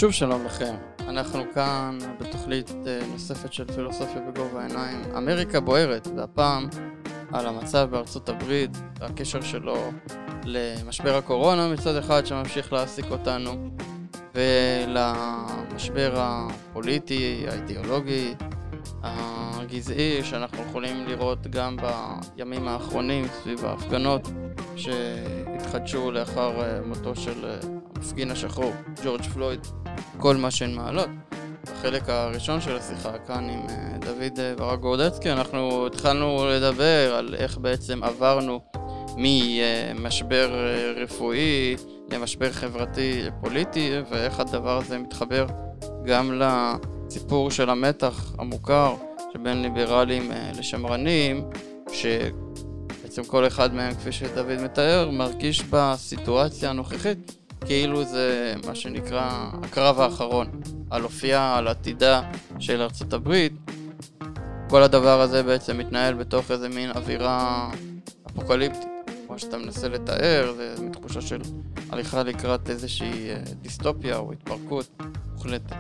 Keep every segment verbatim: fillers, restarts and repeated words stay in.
שוב שלום לכם, אנחנו כאן בתוכנית נוספת של פילוסופיה בגובה העיניים, אמריקה בוערת, והפעם על המצב בארצות הברית, הקשר שלו למשבר הקורונה מצד אחד שממשיך להעסיק אותנו, ולמשבר הפוליטי, האידיאולוגי, הגזעי שאנחנו יכולים לראות גם בימים האחרונים סביב ההפגנות שהתחדשו לאחר מותו של המפגין השחור ג'ורג' פלויד, כל מה שהן מעלות. בחלק הראשון של השיחה כאן עם דוד ברק גורדצקי אנחנו התחלנו לדבר על איך בעצם עברנו ממשבר רפואי למשבר חברתי פוליטי, ואיך הדבר הזה מתחבר גם לסיפור של המתח המוכר שבין ליברלים לשמרנים, שבעצם כל אחד מהם, כפי שדוד מתאר, מרגיש בסיטואציה הנוכחית כאילו זה מה שנקרא הקרב האחרון על אופייה, על עתידה של ארצות הברית. כל הדבר הזה בעצם מתנהל בתוך איזה מין אווירה אפוקליפטית, כמו שאתה מנסה לתאר, זה מתחושה של הליכה לקראת איזושהי דיסטופיה או התפרקות מוחלטת.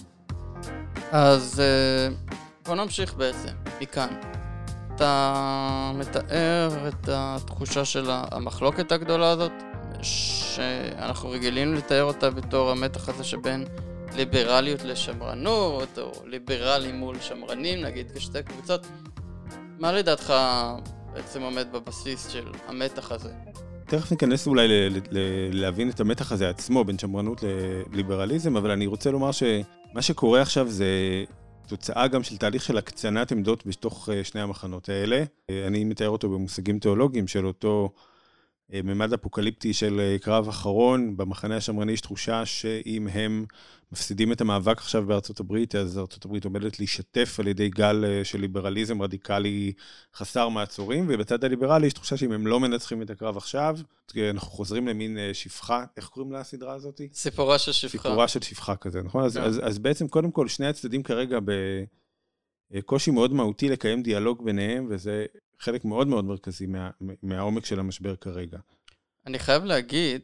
אז בוא נמשיך בעצם מכאן. אתה מתאר את התחושה של המחלוקת הגדולה הזאת, שאנחנו רגילים לתאר אותה בתור המתח הזה שבין ליברליות לשמרנות, או ליברלים מול שמרנים, נגיד כשתי קבוצות. מה לדעתך בעצם עומד בבסיס של המתח הזה? תכף ניכנס אולי ל- ל- להבין את המתח הזה עצמו בין שמרנות לליברליזם, אבל אני רוצה לומר שמה שקורה עכשיו זה תוצאה גם של תהליך של הקצנת עמדות בתוך שני המחנות האלה. אני מתאר אותו במושגים תיאולוגיים של אותו ממד אפוקליפטי של קרב אחרון. במחנה השמרני יש תחושה שאם הם מפסידים את המאבק עכשיו בארצות הברית, אז ארצות הברית עומדת להישטף על ידי גל של ליברליזם רדיקלי חסר מעצורים, ובצד הליברלי יש תחושה שאם הם לא מנצחים את הקרב עכשיו, אנחנו חוזרים למין שפחה. איך קוראים לה הסדרה הזאת? סיפורה של שפחה. סיפורה של שפחה כזה, נכון? אז, אז, אז בעצם קודם כל שני הצדדים כרגע בקושי מאוד מהותי לקיים דיאלוג ביניהם, וזה חלק מאוד מאוד מרכזי מה, מהעומק של המשבר כרגע. אני חייב להגיד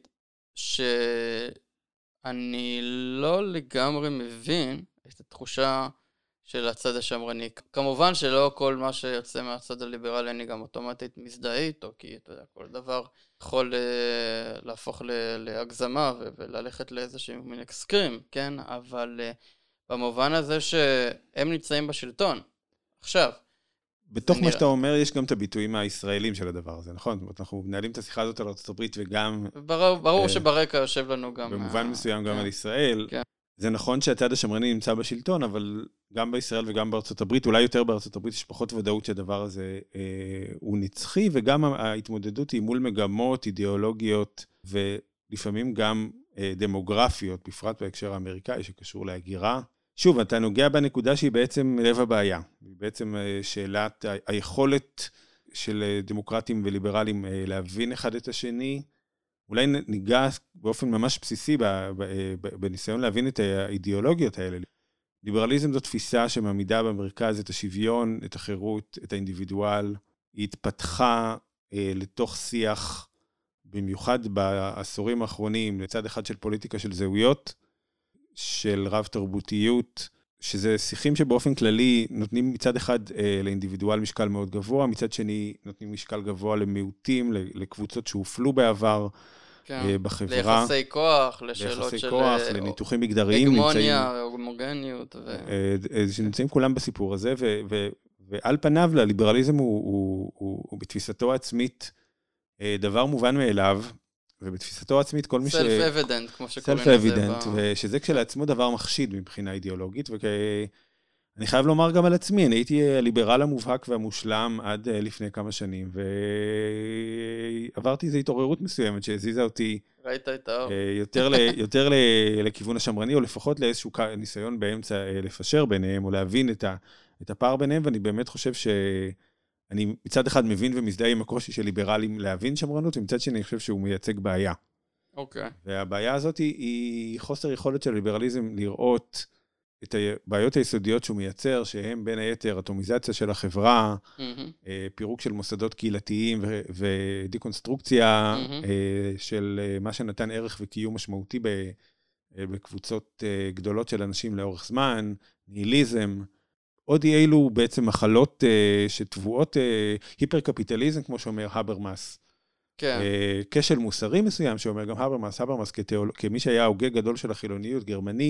שאני לא לגמרי מבין את התחושה של הצד השמרני. כמובן שלא כל מה שיוצא מהצד הליברלי אני גם אוטומטית מזדהה איתו, כי אתה יודע, כל דבר יכול להפוך להגזמה וללכת לאיזשהו מין אקסטרים, כן? אבל במובן הזה שהם נמצאים בשלטון. עכשיו, בתוך מה שאתה אומר, יש גם את הביטויים הישראלים של הדבר הזה, נכון? זאת אומרת, אנחנו מנהלים את השיחה הזאת על ארצות הברית וגם... ברור, ברור שברקע יושב לנו גם... במובן מסוים גם על ישראל. זה נכון שהצד השמרני נמצא בשלטון, אבל גם בישראל וגם בארצות הברית, אולי יותר בארצות הברית, יש פחות ודאות שהדבר הזה הוא נצחי, וגם ההתמודדות היא מול מגמות, אידיאולוגיות, ולפעמים גם דמוגרפיות, בפרט בהקשר האמריקאי, שקשור להגירה. שוב, אתה נוגע בנקודה שהיא בעצם לב הבעיה. היא בעצם שאלת היכולת של דמוקרטים וליברלים להבין אחד את השני. אולי ניגע באופן ממש בסיסי בניסיון להבין את האידיאולוגיות האלה. ליברליזם זו תפיסה שמעמידה במרכז את השוויון, את החירות, את האינדיבידואל. היא התפתחה לתוך שיח, במיוחד בעשורים האחרונים, לצד אחד של פוליטיקה של זהויות, של רב תרבותיות, שזה שיחים שבאופן כללי נותנים מצד אחד אה, לאינדיבידואל משקל מאוד גבוה, מצד שני נותנים משקל גבוה למיעוטים, לקבוצות שהופלו בעבר כן. אה, בחברה. ליחסי כוח, לשאלות ליחסי של... כוח, אה, לניתוחים מגדריים. הגמוניה, הומוגניות. ו... אה, אה, שנמצאים כולם בסיפור הזה, ו, ו, ועל פניו לליברליזם הוא, הוא, הוא, הוא בתפיסתו העצמית אה, דבר מובן מאליו, ובתפיסתו עצמית כל מי ש... Self-evident, כמו שקוראים לזה. Self-evident, ושזה כשלעצמו דבר מחשיד מבחינה אידיאולוגית, ואני חייב לומר גם על עצמי, אני הייתי הליברל המובהק והמושלם עד לפני כמה שנים, ועברתי איזו התעוררות מסוימת שהזיזה אותי... ראית את האור. יותר, יותר לכיוון השמרני, או לפחות לאיזשהו ניסיון באמצע לפשר ביניהם, או להבין את, ה, את הפער ביניהם, ואני באמת חושב ש... אני מצד אחד מבין ומזדהה עם הקושי של ליברלים להבין שמרנות, ומצד שני אני חושב שהוא מייצג בעיה. אוקיי. Okay. והבעיה הזאת היא, היא חוסר יכולת של ליברליזם לראות את הבעיות היסודיות שהוא מייצר, שהם בין היתר אטומיזציה של החברה, mm-hmm. פירוק של מוסדות קהילתיים ו- ודיקונסטרוקציה mm-hmm. של מה שנתן ערך וקיום משמעותי בקבוצות גדולות של אנשים לאורך זמן, ניהיליזם, עוד אילו בעצם מחלות שטבועות, היפר-קפיטליזם, כמו שאומר הברמאס. כן. כשל מוסרי מסוים, שאומר גם הברמאס, הברמאס כמי שהיה ההוגה גדול של החילוניות, גרמני,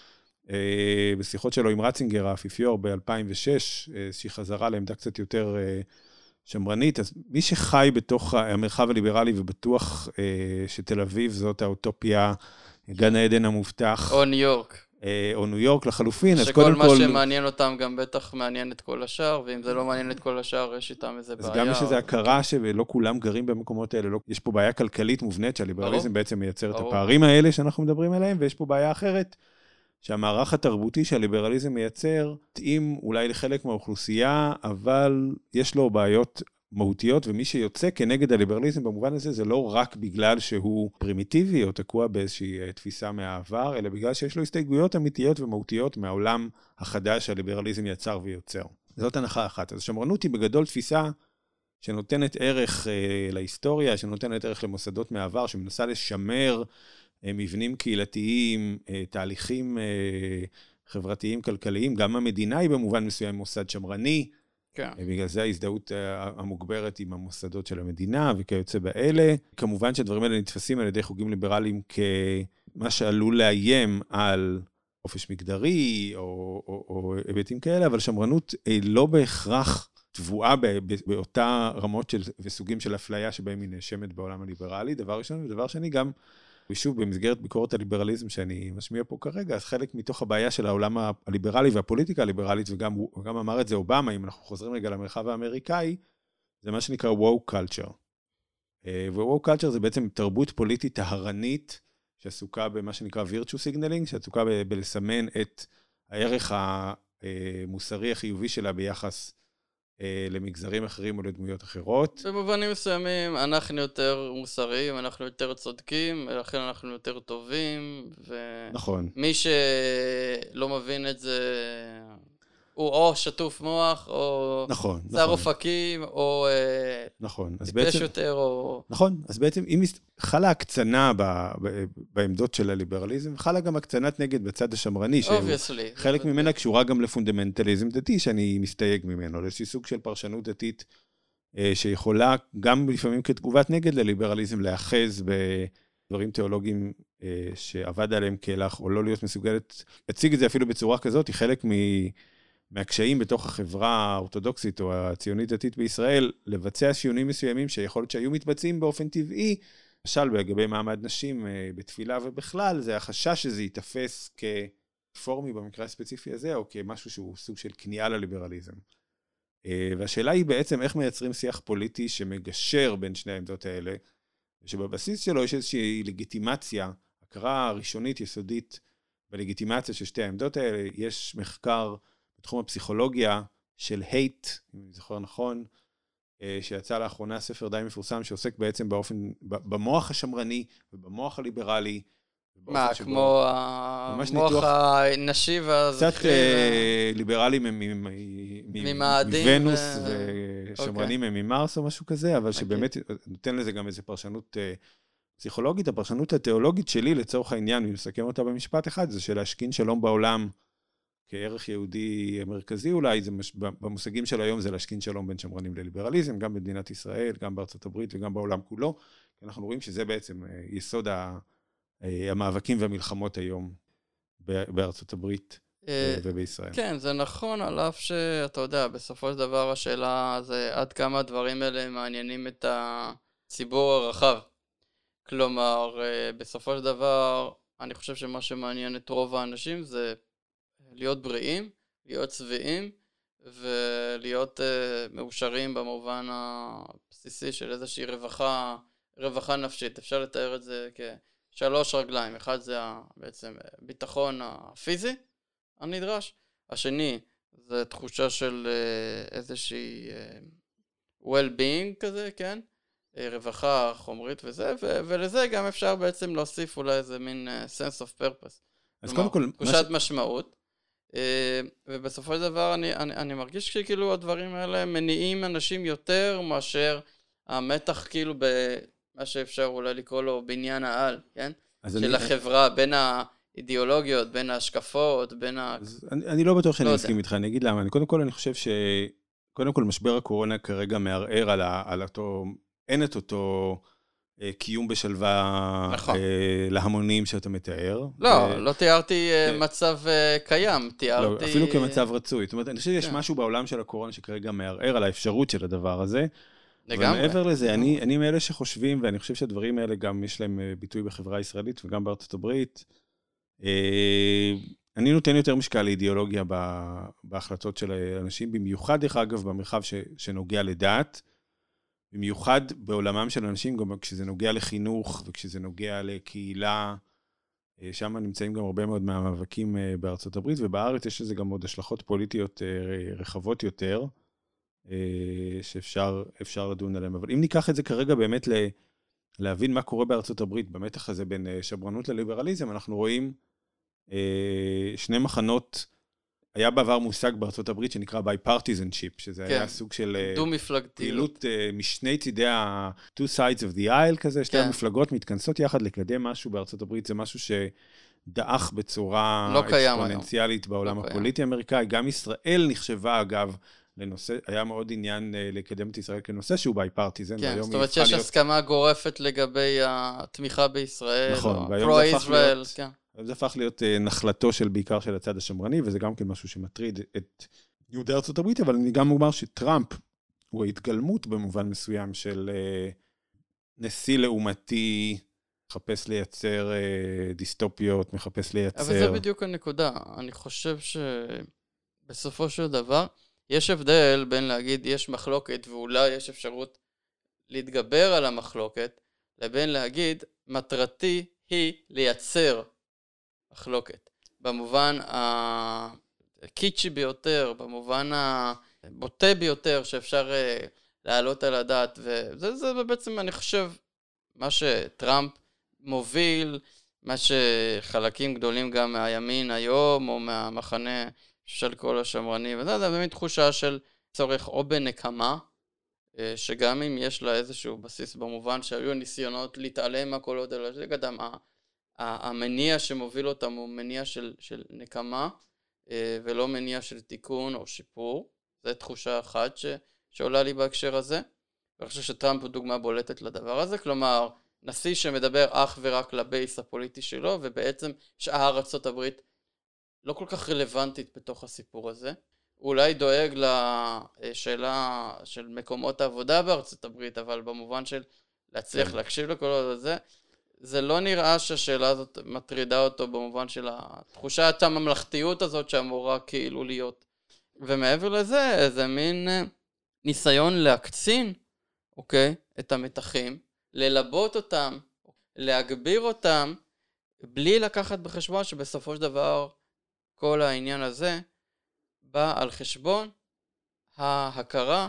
בשיחות שלו עם רצינגר, האפיפיור, ב-אלפיים ושש, שהיא חזרה לעמדה קצת יותר שמרנית, אז מי שחי בתוך המרחב הליברלי ובטוח שתל אביב זאת האוטופיה, גן העדן המובטח. או ניו יורק. או ניו יורק לחלופין, אז קודם כל... שכל מה שמעניין אותם גם בטח מעניין את כל השאר, ואם זה לא מעניין את כל השאר, יש איתם איזה בעיה. אז גם יש איזו הכרה שלא כולם גרים במקומות האלה, לא... יש פה בעיה כלכלית מובנית, שהליברליזם בעצם מייצר את הפערים האלה שאנחנו מדברים עליהם, ויש פה בעיה אחרת, שהמערך התרבותי שהליברליזם מייצר, תאים אולי לחלק מהאוכלוסייה, אבל יש לו בעיות מהותיות, ומי שיוצא כנגד הליברליזם במובן הזה, זה לא רק בגלל שהוא פרימיטיבי, או תקוע באיזושהי תפיסה מהעבר, אלא בגלל שיש לו הסתייגויות אמיתיות ומהותיות מהעולם החדש שהליברליזם יצר ויוצר. זאת הנחה אחת. אז שמרנות היא בגדול תפיסה שנותנת ערך אה, להיסטוריה, שנותנת ערך למוסדות מהעבר, שמנסה לשמר אה, מבנים קהילתיים, אה, תהליכים אה, חברתיים, כלכליים. גם המדינה היא במובן מסוים מוסד שמרני, כן. בגלל זה ההזדהות המוגברת עם המוסדות של המדינה וכיוצא באלה. כמובן שהדברים האלה נתפסים על ידי חוגים ליברליים כמה שעלול לאיים על חופש מגדרי או, או, או היבטים כאלה, אבל שמרנות לא בהכרח תבואה באותה רמות של, וסוגים של אפליה שבהם היא נאשמת בעולם הליברלי, דבר ראשון, ודבר שני גם, ושוב במסגרת ביקורת הליברליזם שאני משמיע פה כרגע, אז חלק מתוך הבעיה של העולם הליברלי והפוליטיקה הליברלית, וגם, וגם אמר את זה אובמה, אם אנחנו חוזרים רגע למרחב האמריקאי, זה מה שנקרא woke culture. ו-woke culture זה בעצם תרבות פוליטית טהרנית, שעסוקה במה שנקרא virtue signaling, שעסוקה ב- בלסמן את הערך המוסרי החיובי שלה ביחס למגזרים אחרים או לדמויות אחרות. במובנים מסוימים, אנחנו יותר מוסריים, אנחנו יותר צודקים, ולכן אנחנו יותר טובים, ו... נכון. מי שלא מבין את זה, הוא או שטוף מוח, או... נכון, שר נכון. אופקים, או... נכון. אז טיפש בעצם... יותר, או... נכון. אז בעצם, אם חלה הקצנה ב... ב... בעמדות של הליברליזם, חלה גם הקצנת נגד בצד השמרני, שחלק ממנה קשורה גם לפונדמנטליזם דתי, שאני מסתייג ממנו, לאיזשהו סוג של פרשנות דתית, שיכולה גם לפעמים כתגובת נגד לליברליזם, להאחז בדברים תיאולוגיים שעבד עליהם כהלך, או לא להיות מסוגלת, להציג את זה אפילו בצורה כזאת, היא חלק מ... מהקשיים בתוך החברה האורתודוקסית או הציונית דתית בישראל, לבצע שיונים מסוימים שיכול להיות שהיו מתבצעים באופן טבעי, למשל לגבי מעמד נשים בתפילה ובכלל, זה החשש שזה ייתפס כפורמי במקרה הספציפי הזה, או כמשהו שהוא סוג של כניעה לליברליזם. והשאלה היא בעצם איך מייצרים שיח פוליטי שמגשר בין שני העמדות האלה, ושבבסיס שלו יש איזושהי לגיטימציה, הכרה ראשונית יסודית בלגיטימציה של שתי העמדות האלה, יש מחקר בתחום הפסיכולוגיה של הייט, אם אני זוכר נכון, שיצא לאחרונה ספר די מפורסם, שעוסק בעצם באופן, במוח השמרני ובמוח הליברלי. מה, כמו המוח הנשי והזכרי? קצת ליברלים הם מוונוס, ושמרנים הם ממרס או משהו כזה, אבל שבאמת נותן לזה גם איזו פרשנות פסיכולוגית. הפרשנות התיאולוגית שלי, לצורך העניין, אם נסכם אותה במשפט אחד, זה של להשכין שלום בעולם, כערך יהודי מרכזי אולי, זה מש... במושגים של היום זה להשכין שלום בין שמרנים לליברליזם, גם במדינת ישראל, גם בארצות הברית וגם בעולם כולו, כי אנחנו רואים שזה בעצם יסוד ה... המאבקים והמלחמות היום בארצות הברית ובישראל. כן, זה נכון, על אף שאתה יודע, בסופו של דבר השאלה זה עד כמה הדברים האלה מעניינים את הציבור הרחב. כלומר, בסופו של דבר, אני חושב שמה שמעניין את רוב האנשים זה להיות בריאים, להיות שבעים, ולהיות uh, מאושרים במובן הבסיסי של איזושהי רווחה, רווחה נפשית. אפשר לתאר את זה כשלוש רגליים. אחד זה בעצם ביטחון הפיזי הנדרש. השני זה תחושה של uh, איזושהי uh, well-being כזה, כן? רווחה חומרית וזה, ו- ולזה גם אפשר בעצם להוסיף אולי איזה מין uh, sense of purpose. אז קודם כל... תחושת משמעות. ובסופו של דבר אני, אני, אני מרגיש שכאילו הדברים האלה מניעים אנשים יותר מאשר המתח כאילו במה שאפשר אולי לקרוא לו בניין העל, כן? של אני... החברה, בין האידיאולוגיות, בין ההשקפות, בין ה... אני, אני לא בטוח שאני מסכים איתך, אני אגיד למה. אני, קודם כל אני חושב ש... קודם כל משבר הקורונה כרגע מערער על, ה, על אותו... אין את אותו אה, קיום בשלווה נכון. אה, להמונים שאתה מתאר. לא, ו... לא תיארתי אה, מצב אה, קיים, תיארתי... לא, אפילו כמצב רצוי. זאת אומרת, אני חושב שיש כן. משהו בעולם של הקורונה שכרגע מערער על האפשרות של הדבר הזה. לגמרי. ומעבר לזה, אני, אני מאלה שחושבים, ואני חושב שהדברים האלה גם יש להם ביטוי בחברה הישראלית וגם בארצות הברית. אני נותן יותר משקל לאידיאולוגיה בהחלטות של אנשים, במיוחד דרך אגב במרחב ש, שנוגע לדעת, במיוחד בעולמם של אנשים, גם כשזה נוגע לחינוך וכשזה נוגע לקהילה, שם נמצאים גם הרבה מאוד מהמאבקים בארצות הברית, ובארץ יש לזה גם עוד השלכות פוליטיות רחבות יותר, שאפשר אפשר לדון עליהם. אבל אם ניקח את זה כרגע באמת ל, להבין מה קורה בארצות הברית, במתח הזה בין שברנות לליברליזם, אנחנו רואים שני מחנות, היה בעבר מושג בארצות הברית שנקרא bipartisanship, שזה כן. היה סוג של פעילות משני צידי ה- two sides of the aisle כזה, שתי כן. המפלגות מתכנסות יחד לקדם משהו בארצות הברית, זה משהו שדעך בצורה לא אקספוננציאלית בעולם לא הפוליטי האמריקאי, גם ישראל נחשבה אגב, לנושא, היה מאוד עניין לקדם את ישראל כנושא שהוא bipartisan. כן, זאת אומרת שיש להיות... הסכמה גורפת לגבי התמיכה בישראל, נכון, או pro-Israel, כן. זה הפך להיות נחלתו של בעיקר של הצד השמרני, וזה גם כן משהו שמטריד את יהודי ארצות הברית, אבל אני גם אומר שטראמפ הוא ההתגלמות במובן מסוים של נשיא לעומתי, מחפש לייצר דיסטופיות, מחפש לייצר... אבל זה בדיוק הנקודה. אני חושב שבסופו של דבר, יש הבדל בין להגיד יש מחלוקת, ואולי יש אפשרות להתגבר על המחלוקת, לבין להגיד מטרתי היא לייצר מחלוקת. במובן הקיצ'י ביותר, במובן הבוטה ביותר שאפשר להעלות על הדעת, וזה זה בעצם אני חושב מה שטראמפ מוביל, מה שחלקים גדולים גם מהימין היום, או מהמחנה של כל השמרני, וזה זה באמת תחושה של צורך או בנקמה, שגם אם יש לה איזשהו בסיס במובן שהיו ניסיונות להתעלם מהקולות האלה, זה גם המניע שמוביל אותם הוא מניע של, של נקמה, ולא מניע של תיקון או שיפור. זו תחושה אחת ש, שעולה לי בהקשר הזה. ואני חושב שטראמפ הוא דוגמה בולטת לדבר הזה, כלומר, נשיא שמדבר אך ורק לבייס הפוליטי שלו, ובעצם שאר ארצות הברית לא כל כך רלוונטית בתוך הסיפור הזה. הוא אולי דואג לשאלה של מקומות העבודה בארצות הברית, אבל במובן של להצליח כן. להקשיב לכל הזה, זה לא נראה שהשאלה הזאת מטרידה אותו במובן של התחושת הממלכתיות הזאת שאמורה כאילו להיות. ומעבר לזה, זה מין ניסיון להקצין, אוקיי, את המתחים, ללבות אותם, להגביר אותם, בלי לקחת בחשבון שבסופו של דבר כל העניין הזה בא על חשבון ההכרה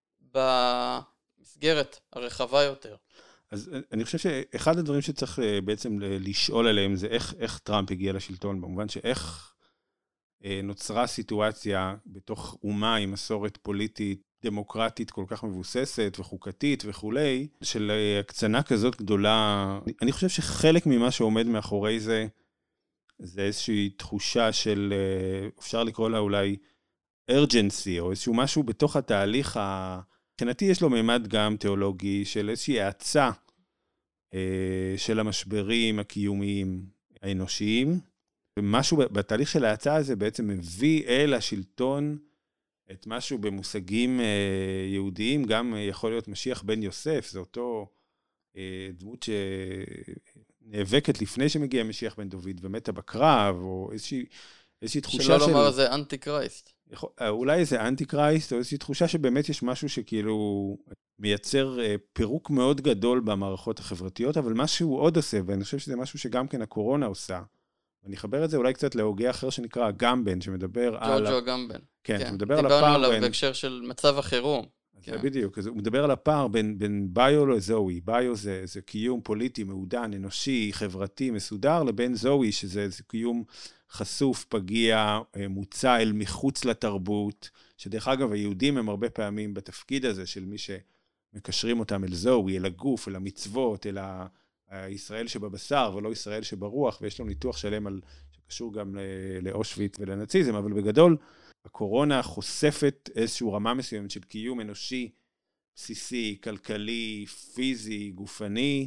במסגרת הרחבה יותר. אז אני חושב שאחד הדברים שצריך בעצם לשאול עליהם זה איך, איך טראמפ הגיע לשלטון, במובן שאיך נוצרה סיטואציה בתוך אומה עם מסורת פוליטית דמוקרטית כל כך מבוססת וחוקתית וכולי, של הקצנה כזאת גדולה. אני חושב שחלק ממה שעומד מאחורי זה, זה איזושהי תחושה של, אפשר לקרוא לה אולי urgency, או איזשהו משהו בתוך התהליך, מבחינתי יש לו מימד גם תיאולוגי של איזושהי האצה של המשברים הקיומיים האנושיים, ומשהו בתהליך של ההאצה הזה בעצם מביא אל השלטון את משהו במושגים יהודיים, גם יכול להיות משיח בן יוסף, זה אותו דמות שנאבקת לפני שמגיע משיח בן דוד ומתה בקרב, או איזושהי, איזושהי תחושה של... שלא לומר זה אנטי קרייסט. אולי איזה אנטי קרייסט, או איזושהי תחושה שבאמת יש משהו שכאילו מייצר פירוק מאוד גדול במערכות החברתיות, אבל משהו עוד עושה, ואני חושב שזה משהו שגם כן הקורונה עושה. ואני אחבר את זה אולי קצת להוגה אחר שנקרא גמבן, שמדבר על... ג'וג'ו גמבן. כן, שמדבר על הפער בין... דיברנו עליו בהקשר של מצב החירום. זה בדיוק, הוא מדבר על הפער בין, בין ביו לזוהי. ביו זה, זה קיום פוליטי, מעודן, אנושי, חברתי, מסודר, לבין זוהי, שזה זה קיום חשוף, פגיע, מוצא אל מחוץ לתרבות, שדרך אגב, היהודים הם הרבה פעמים בתפקיד הזה, של מי שמקשרים אותם אל זוהי, אל הגוף, אל המצוות, אל ישראל שבבשר ולא ישראל שברוח, ויש לנו ניתוח שלם על, שקשור גם לאושוויץ ולנאציזם, אבל בגדול, הקורונה חושפת איזושהי רמה מסוימת של קיום אנושי, בסיסי, כלכלי, פיזי, גופני,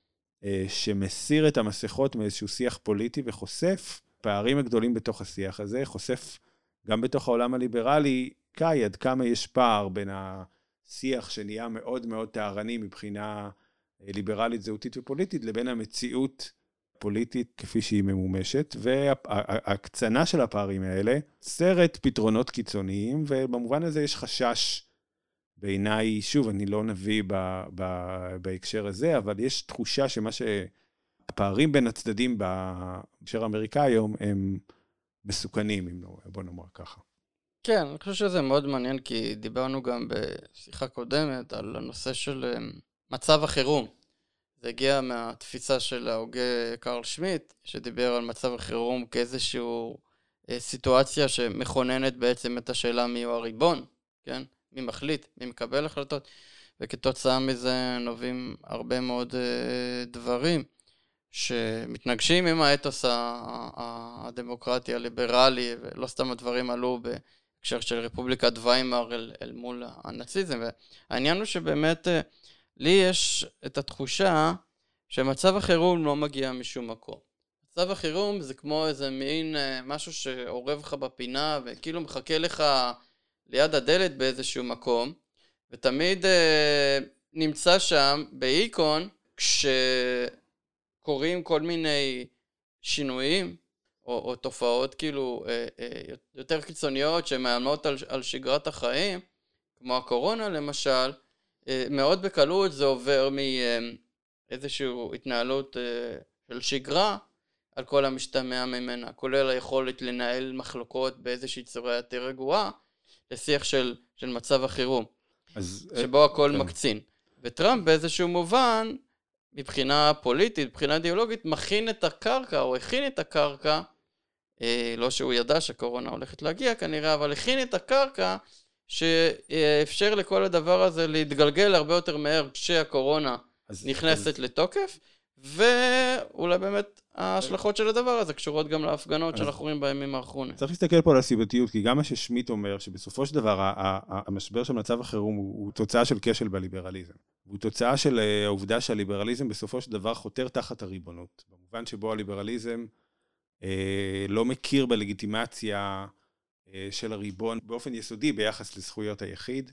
שמסיר את המסכות מאיזשהו שיח פוליטי וחושף פערים הגדולים בתוך השיח הזה, חושף גם בתוך העולם הליברלי, קאי, עד כמה יש פער בין השיח שנהיה מאוד מאוד טהרני מבחינה ליברלית, זהותית ופוליטית, לבין המציאות פוליטית כפי שהיא ממומשת, והקצנה של הפערים האלה, סרט פתרונות קיצוניים, ובמובן הזה יש חשש בעיניי, שוב, אני לא נביא ב, ב, בהקשר הזה, אבל יש תחושה שמה שהפערים בין הצדדים בהקשר האמריקאי היום הם מסוכנים, אם לא, בוא נאמר ככה. כן, אני חושב שזה מאוד מעניין, כי דיברנו גם בשיחה קודמת על הנושא של מצב החירום. זה הגיע מהתפיסה של ההוגה קרל שמיט, שדיבר על מצב החירום כאיזושהי סיטואציה שמכוננת בעצם את השאלה מי הוא הריבון, כן? מי מחליט, מי מקבל החלטות, וכתוצאה מזה נובעים הרבה מאוד דברים שמתנגשים עם האתוס הדמוקרטי, הליברלי, ולא סתם הדברים עלו בהקשר של רפובליקת ויימאר אל, אל מול הנאציזם. והעניין הוא שבאמת לי יש את התחושה שמצב החירום לא מגיע משום מקום. מצב החירום זה כמו איזה מין משהו שעורב לך בפינה וכאילו מחכה לך ליד הדלת באיזשהו מקום, ותמיד אה, נמצא שם באיקון כשקוראים כל מיני שינויים או, או תופעות כאילו אה, אה, יותר קיצוניות שמאיימות על, על שגרת החיים, כמו הקורונה למשל, אה, מאוד בקלות זה עובר מאיזושהי התנהלות אה, של שגרה על כל המשתמע ממנה, כולל היכולת לנהל מחלוקות באיזושהי צורה יותר רגועה, לשיח של, של מצב החירום, אז, שבו הכל כן. מקצין. וטראמפ באיזשהו מובן, מבחינה פוליטית, מבחינה אידיאולוגית, מכין את הקרקע, או הכין את הקרקע, אה, לא שהוא ידע שהקורונה הולכת להגיע כנראה, אבל הכין את הקרקע, שאפשר לכל הדבר הזה להתגלגל הרבה יותר מהר, כשהקורונה אז, נכנסת אז... לתוקף, ואולי באמת ההשלכות של הדבר הזה קשורות גם להפגנות שאנחנו רואים בימים האחרונים. צריך להסתכל פה על הסיבתיות, כי גם מה ששמיט אומר, שבסופו של דבר המשבר של מצב החירום הוא תוצאה של כשל בליברליזם. הוא תוצאה של העובדה שהליברליזם בסופו של דבר חותר תחת הריבונות. במובן שבו הליברליזם לא מכיר בלגיטימציה של הריבון באופן יסודי ביחס לזכויות היחיד,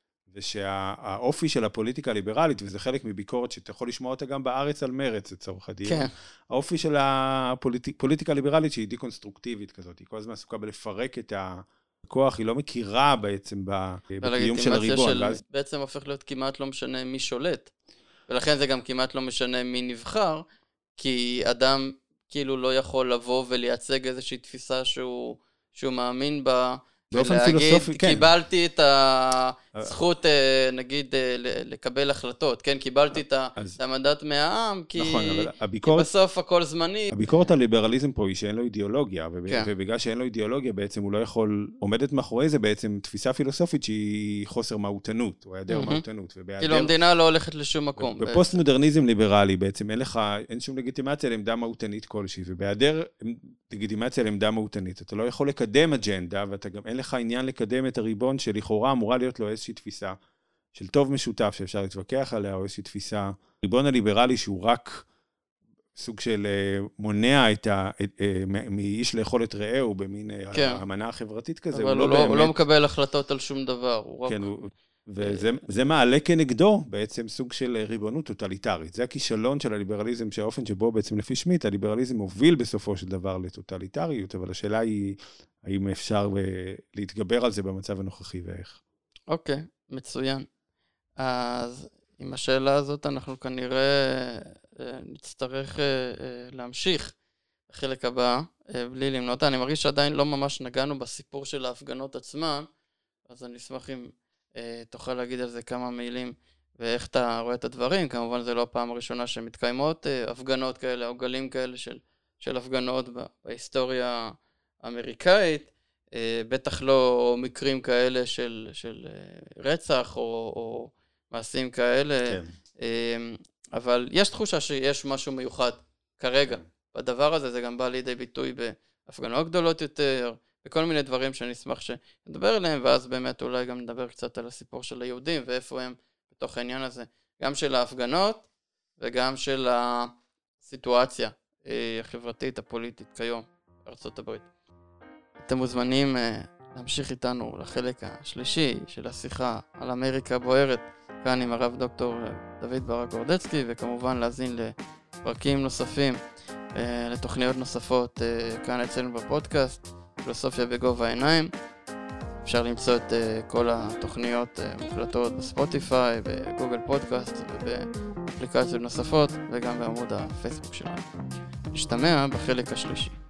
ושהאופי של הפוליטיקה הליברלית, וזה חלק מביקורת שאתה יכול לשמוע אותה גם בארץ על מרץ, לצורך הדיון, כן. האופי של הפוליטיקה הליברלית שהיא די-קונסטרוקטיבית כזאת, היא כל הזמן עסוקה בלפרק את הכוח, היא לא מכירה בעצם בקיום של הריבון. של ואז... בעצם הופך להיות כמעט לא משנה מי שולט, ולכן זה גם כמעט לא משנה מי נבחר, כי אדם כאילו לא יכול לבוא ולייצג איזושהי תפיסה שהוא, שהוא מאמין בה, באופן פילוסופי, כן. קיבלתי את הזכות, נגיד, לקבל החלטות, כן? קיבלתי את המנדט מהעם, כי בסוף הכל זמני. הביקורת על ליברליזם פה היא שאין לו אידיאולוגיה, ובגלל שאין לו אידיאולוגיה בעצם הוא לא יכול, עומדת מאחורי זה בעצם תפיסה פילוסופית שהיא חוסר מהותנות, או היעדר מהותנות. כאילו המדינה לא הולכת לשום מקום. בפוסט מודרניזם ליברלי בעצם אין לך, אין שום לגיטימציה לעמדה מהותנית כלשהי, ובהיעדר לגיטימציה לעמדה מהותנית, אתה לא יכול לקדם אג'נדה, ואתה גם אין לך עניין לקדם את הריבון שלכאורה אמורה להיות לו איזושהי תפיסה של טוב משותף שאפשר להתווכח עליה, או איזושהי תפיסה, ריבון הליברלי שהוא רק סוג של מונע את ה... מאיש לאכול את רעהו במין המנה החברתית כזה. אבל הוא לא, הוא לא מקבל החלטות על שום דבר. הוא כן, רק... הוא... וזה מעלה כנגדו בעצם סוג של ריבונות טוטליטרית. זה הכישלון של הליברליזם, שהאופן שבו בעצם לפי שמיט, הליברליזם מוביל בסופו של דבר לטוטליטריות, אבל השאלה היא, האם אפשר להתגבר על זה במצב הנוכחי ואיך. אוקיי, מצוין. אז עם השאלה הזאת אנחנו כנראה נצטרך להמשיך בחלק הבא, בלי למנות אותה. אני מרגיש שעדיין לא ממש נגענו בסיפור של ההפגנות עצמן, אז אני אשמח אם תוכל להגיד על זה כמה מילים ואיך אתה רואה את הדברים. כמובן זה לא הפעם הראשונה שמתקיימות הפגנות כאלה או גלים כאלה של, של הפגנות בהיסטוריה האמריקאית, בטח לא מקרים כאלה של, של רצח או, או מעשים כאלה. כן. אבל יש תחושה שיש משהו מיוחד כרגע. בדבר הזה זה גם בא לידי ביטוי בהפגנות גדולות יותר, בכל מיני דברים שאני אשמח שנדבר עליהם, ואז באמת אולי גם נדבר קצת על הסיפור של היהודים, ואיפה הם בתוך העניין הזה, גם של ההפגנות, וגם של הסיטואציה החברתית, הפוליטית כיום בארצות הברית. אתם מוזמנים להמשיך איתנו לחלק השלישי של השיחה על אמריקה בוערת, כאן עם הרב דוקטור דוד ברק גורדצקי, וכמובן להזין לפרקים נוספים, לתוכניות נוספות כאן אצלנו בפודקאסט, פילוסופיה בגובה העיניים. אפשר למצוא את כל התוכניות מוקלטות בספוטיפיי, בגוגל פודקאסט ובאפליקציות נוספות, וגם בעמוד הפייסבוק שלנו. נשתמע בחלק השלישי.